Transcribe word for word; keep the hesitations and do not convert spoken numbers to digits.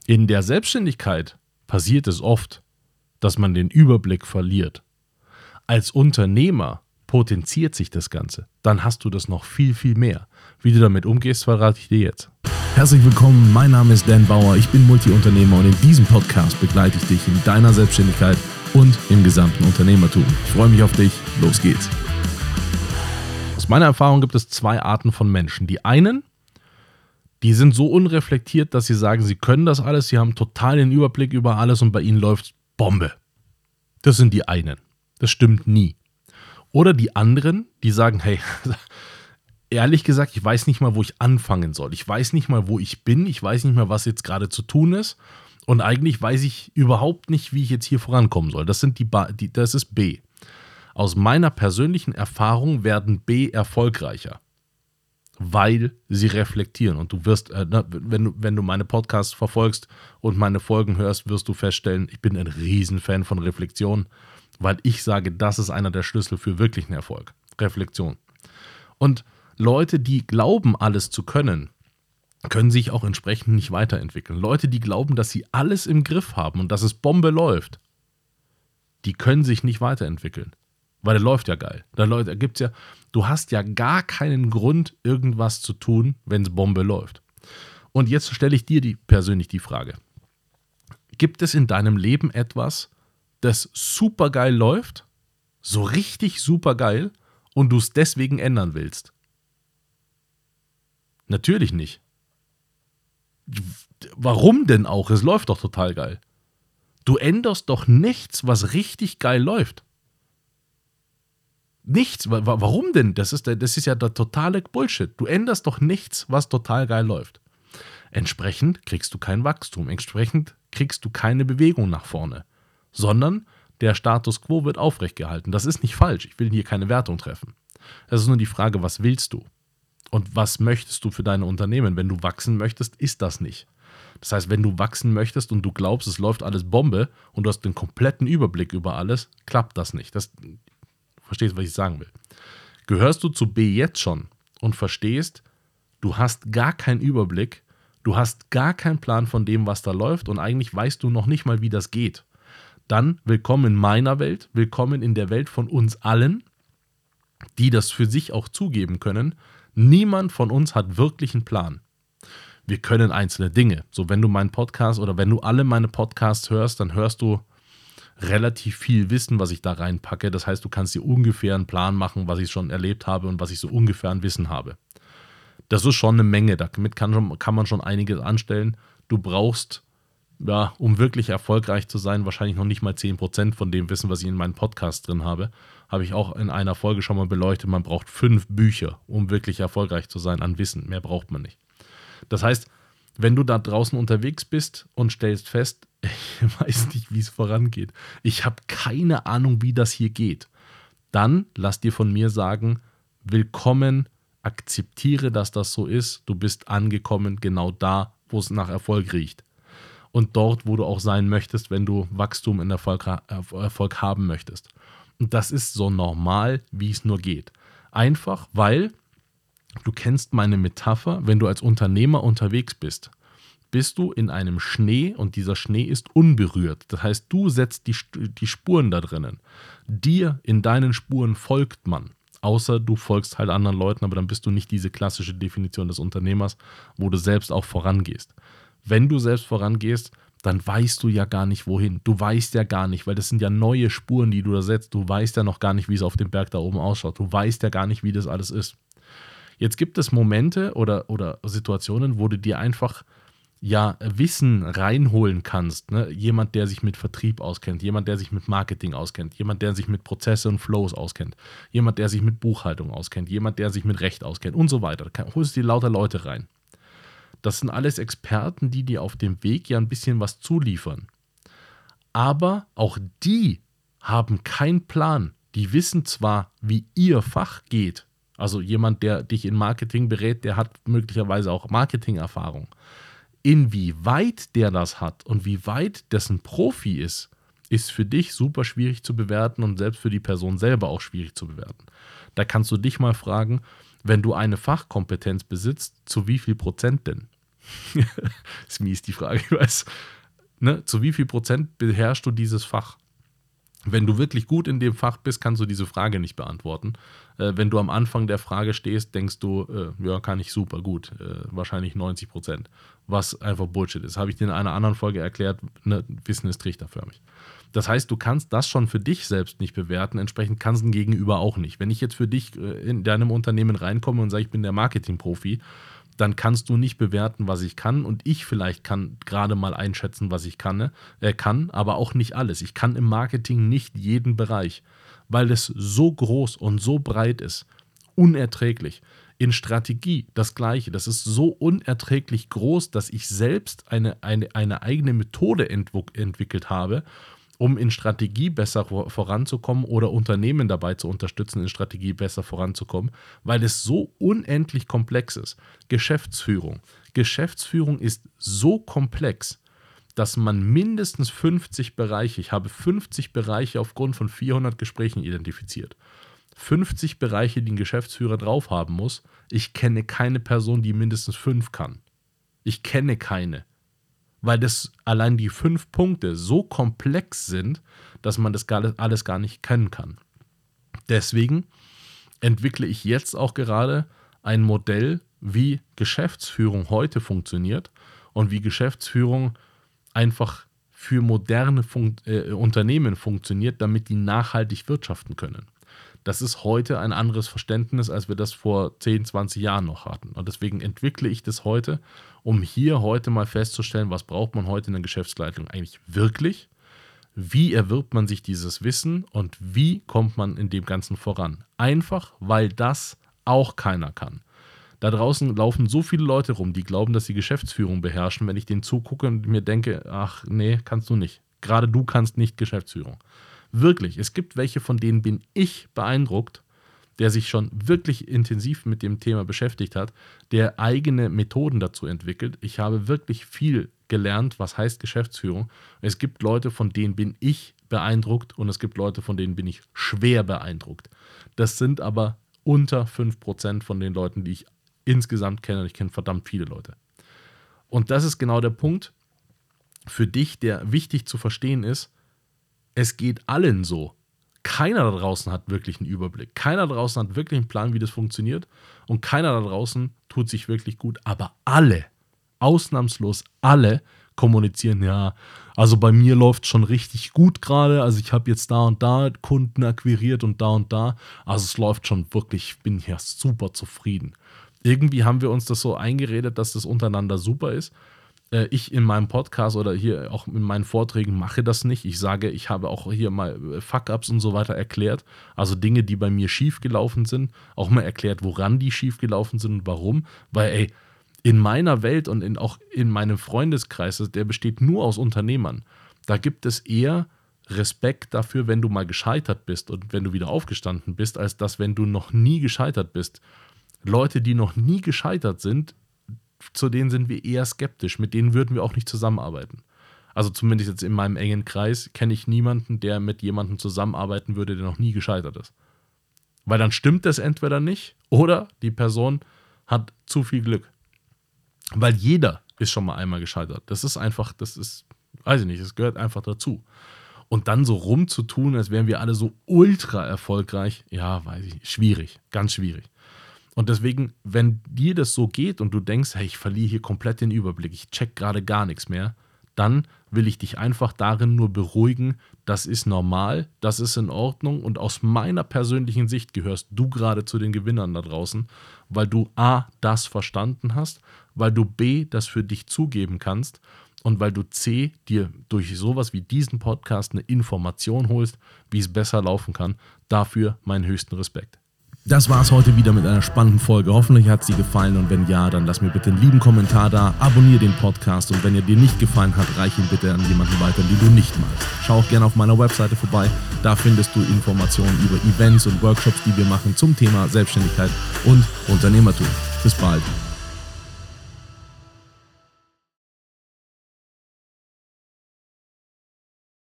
In der Selbstständigkeit passiert es oft, dass man den Überblick verliert. Als Unternehmer potenziert sich das Ganze. Dann hast du das noch viel, viel mehr. Wie du damit umgehst, verrate ich dir jetzt. Herzlich willkommen, mein Name ist Dan Bauer, ich bin Multiunternehmer und in diesem Podcast begleite ich dich in deiner Selbstständigkeit und im gesamten Unternehmertum. Ich freue mich auf dich, los geht's. Aus meiner Erfahrung gibt es zwei Arten von Menschen. Die einen, die sind so unreflektiert, dass sie sagen, sie können das alles, sie haben total den Überblick über alles und bei ihnen läuft Bombe. Das sind die einen. Das stimmt nie. Oder die anderen, die sagen, hey, ehrlich gesagt, ich weiß nicht mal, wo ich anfangen soll. Ich weiß nicht mal, wo ich bin. Ich weiß nicht mal, was jetzt gerade zu tun ist. Und eigentlich weiß ich überhaupt nicht, wie ich jetzt hier vorankommen soll. Das sind die, ba- die das ist B. Aus meiner persönlichen Erfahrung werden B erfolgreicher, weil sie reflektieren. Und du wirst, äh, wenn du, wenn du meine Podcasts verfolgst und meine Folgen hörst, wirst du feststellen, ich bin ein Riesenfan von Reflexion, weil ich sage, das ist einer der Schlüssel für wirklichen Erfolg. Reflexion. Und Leute, die glauben, alles zu können, können sich auch entsprechend nicht weiterentwickeln. Leute, die glauben, dass sie alles im Griff haben und dass es Bombe läuft, die können sich nicht weiterentwickeln. Weil der läuft ja geil. Da, läuft, da gibt's ja, du hast ja gar keinen Grund, irgendwas zu tun, wenn es Bombe läuft. Und jetzt stelle ich dir die, persönlich die Frage. Gibt es in deinem Leben etwas, das super geil läuft, so richtig super geil, und du es deswegen ändern willst? Natürlich nicht. Warum denn auch? Es läuft doch total geil. Du änderst doch nichts, was richtig geil läuft. Nichts. Warum denn? Das ist, der, das ist ja der totale Bullshit. Du änderst doch nichts, was total geil läuft. Entsprechend kriegst du kein Wachstum. Entsprechend kriegst du keine Bewegung nach vorne. Sondern der Status quo wird aufrechtgehalten. Das ist nicht falsch. Ich will hier keine Wertung treffen. Es ist nur die Frage, was willst du? Und was möchtest du für deine Unternehmen? Wenn du wachsen möchtest, ist das nicht. Das heißt, wenn du wachsen möchtest und du glaubst, es läuft alles Bombe und du hast den kompletten Überblick über alles, klappt das nicht. Das, verstehst du, was ich sagen will? Gehörst du zu B jetzt schon und verstehst, du hast gar keinen Überblick, du hast gar keinen Plan von dem, was da läuft und eigentlich weißt du noch nicht mal, wie das geht. Dann willkommen in meiner Welt, willkommen in der Welt von uns allen, die das für sich auch zugeben können. Niemand von uns hat wirklich einen Plan. Wir können einzelne Dinge. So, wenn du meinen Podcast oder wenn du alle meine Podcasts hörst, dann hörst du relativ viel Wissen, was ich da reinpacke. Das heißt, du kannst dir ungefähr einen Plan machen, was ich schon erlebt habe und was ich so ungefähr an Wissen habe. Das ist schon eine Menge. Damit kann, schon, kann man schon einiges anstellen. Du brauchst, ja, um wirklich erfolgreich zu sein, wahrscheinlich noch nicht mal zehn Prozent von dem Wissen, was ich in meinem Podcast drin habe. Habe ich auch in einer Folge schon mal beleuchtet. Man braucht fünf Bücher, um wirklich erfolgreich zu sein an Wissen. Mehr braucht man nicht. Das heißt, wenn du da draußen unterwegs bist und stellst fest, ich weiß nicht, wie es vorangeht, ich habe keine Ahnung, wie das hier geht, dann lass dir von mir sagen, willkommen, akzeptiere, dass das so ist. Du bist angekommen genau da, wo es nach Erfolg riecht. Und dort, wo du auch sein möchtest, wenn du Wachstum in Erfolg, Erfolg haben möchtest. Und das ist so normal, wie es nur geht. Einfach, weil du kennst meine Metapher, wenn du als Unternehmer unterwegs bist, bist du in einem Schnee und dieser Schnee ist unberührt. Das heißt, du setzt die, die Spuren da drinnen. Dir in deinen Spuren folgt man. Außer du folgst halt anderen Leuten, aber dann bist du nicht diese klassische Definition des Unternehmers, wo du selbst auch vorangehst. Wenn du selbst vorangehst, dann weißt du ja gar nicht, wohin. Du weißt ja gar nicht, weil das sind ja neue Spuren, die du da setzt. Du weißt ja noch gar nicht, wie es auf dem Berg da oben ausschaut. Du weißt ja gar nicht, wie das alles ist. Jetzt gibt es Momente oder, oder Situationen, wo du dir einfach ja Wissen reinholen kannst. Ne? Jemand, der sich mit Vertrieb auskennt, jemand, der sich mit Marketing auskennt, jemand, der sich mit Prozesse und Flows auskennt, jemand, der sich mit Buchhaltung auskennt, jemand, der sich mit Recht auskennt und so weiter. Da holst du dir lauter Leute rein. Das sind alles Experten, die dir auf dem Weg ja ein bisschen was zuliefern. Aber auch die haben keinen Plan. Die wissen zwar, wie ihr Fach geht. Also jemand, der dich in Marketing berät, der hat möglicherweise auch Marketingerfahrung. Inwieweit der das hat und wie weit dessen Profi ist, ist für dich super schwierig zu bewerten und selbst für die Person selber auch schwierig zu bewerten. Da kannst du dich mal fragen, wenn du eine Fachkompetenz besitzt, zu wie viel Prozent denn? Ist mies die Frage, ich weiß. Ne? Zu wie viel Prozent beherrschst du dieses Fach? Wenn du wirklich gut in dem Fach bist, kannst du diese Frage nicht beantworten. Äh, wenn du am Anfang der Frage stehst, denkst du, äh, ja, kann ich super gut, äh, wahrscheinlich neunzig Prozent, was einfach Bullshit ist. Habe ich dir in einer anderen Folge erklärt, ne? Wissen ist trichterförmig. Das heißt, du kannst das schon für dich selbst nicht bewerten, entsprechend kannst du ein Gegenüber auch nicht. Wenn ich jetzt für dich äh, in deinem Unternehmen reinkomme und sage, ich bin der Marketingprofi, dann kannst du nicht bewerten, was ich kann, und ich vielleicht kann gerade mal einschätzen, was ich kann, äh, kann, aber auch nicht alles. Ich kann im Marketing nicht jeden Bereich, weil es so groß und so breit ist, unerträglich. In Strategie das Gleiche, das ist so unerträglich groß, dass ich selbst eine, eine, eine eigene Methode entw- entwickelt habe, um in Strategie besser voranzukommen oder Unternehmen dabei zu unterstützen, in Strategie besser voranzukommen, weil es so unendlich komplex ist. Geschäftsführung. Geschäftsführung ist so komplex, dass man mindestens fünfzig Bereiche, ich habe fünfzig Bereiche aufgrund von vierhundert Gesprächen identifiziert, fünfzig Bereiche, die ein Geschäftsführer drauf haben muss. Ich kenne keine Person, die mindestens fünf kann. Ich kenne keine. Weil das allein die fünf Punkte so komplex sind, dass man das alles gar nicht kennen kann. Deswegen entwickle ich jetzt auch gerade ein Modell, wie Geschäftsführung heute funktioniert und wie Geschäftsführung einfach für moderne Fun- äh, Unternehmen funktioniert, damit die nachhaltig wirtschaften können. Das ist heute ein anderes Verständnis, als wir das vor zehn, zwanzig Jahren noch hatten. Und deswegen entwickle ich das heute, um hier heute mal festzustellen, was braucht man heute in der Geschäftsleitung eigentlich wirklich, wie erwirbt man sich dieses Wissen und wie kommt man in dem Ganzen voran. Einfach, weil das auch keiner kann. Da draußen laufen so viele Leute rum, die glauben, dass sie Geschäftsführung beherrschen, wenn ich denen zugucke und mir denke, ach nee, kannst du nicht. Gerade du kannst nicht Geschäftsführung. Wirklich, es gibt welche, von denen bin ich beeindruckt, der sich schon wirklich intensiv mit dem Thema beschäftigt hat, der eigene Methoden dazu entwickelt. Ich habe wirklich viel gelernt, was heißt Geschäftsführung. Es gibt Leute, von denen bin ich beeindruckt, und es gibt Leute, von denen bin ich schwer beeindruckt. Das sind aber unter fünf Prozent von den Leuten, die ich insgesamt kenne, und ich kenne verdammt viele Leute. Und das ist genau der Punkt für dich, der wichtig zu verstehen ist. Es geht allen so. Keiner da draußen hat wirklich einen Überblick. Keiner da draußen hat wirklich einen Plan, wie das funktioniert. Und keiner da draußen tut sich wirklich gut. Aber alle, ausnahmslos alle, kommunizieren, ja, also bei mir läuft es schon richtig gut gerade. Also ich habe jetzt da und da Kunden akquiriert und da und da. Also es läuft schon wirklich, ich bin hier super zufrieden. Irgendwie haben wir uns das so eingeredet, dass das untereinander super ist. Ich in meinem Podcast oder hier auch in meinen Vorträgen mache das nicht. Ich sage, ich habe auch hier mal Fuck-Ups und so weiter erklärt. Also Dinge, die bei mir schief gelaufen sind. Auch mal erklärt, woran die schief gelaufen sind und warum. Weil, ey, in meiner Welt und in, auch in meinem Freundeskreis, der besteht nur aus Unternehmern. Da gibt es eher Respekt dafür, wenn du mal gescheitert bist und wenn du wieder aufgestanden bist, als dass, wenn du noch nie gescheitert bist. Leute, die noch nie gescheitert sind, zu denen sind wir eher skeptisch. Mit denen würden wir auch nicht zusammenarbeiten. Also zumindest jetzt in meinem engen Kreis kenne ich niemanden, der mit jemandem zusammenarbeiten würde, der noch nie gescheitert ist. Weil dann stimmt das entweder nicht oder die Person hat zu viel Glück. Weil jeder ist schon mal einmal gescheitert. Das ist einfach, das ist, weiß ich nicht, das gehört einfach dazu. Und dann so rumzutun, als wären wir alle so ultra erfolgreich, ja, weiß ich nicht, schwierig, ganz schwierig. Und deswegen, wenn dir das so geht und du denkst, hey, ich verliere hier komplett den Überblick, ich check gerade gar nichts mehr, dann will ich dich einfach darin nur beruhigen, das ist normal, das ist in Ordnung, und aus meiner persönlichen Sicht gehörst du gerade zu den Gewinnern da draußen, weil du A, das verstanden hast, weil du B, das für dich zugeben kannst und weil du C, dir durch sowas wie diesen Podcast eine Information holst, wie es besser laufen kann. Dafür meinen höchsten Respekt. Das war's heute wieder mit einer spannenden Folge. Hoffentlich hat sie gefallen, und wenn ja, dann lass mir bitte einen lieben Kommentar da, abonniere den Podcast, und wenn er dir nicht gefallen hat, reich ihn bitte an jemanden weiter, den du nicht magst. Schau auch gerne auf meiner Webseite vorbei, da findest du Informationen über Events und Workshops, die wir machen zum Thema Selbstständigkeit und Unternehmertum. Bis bald.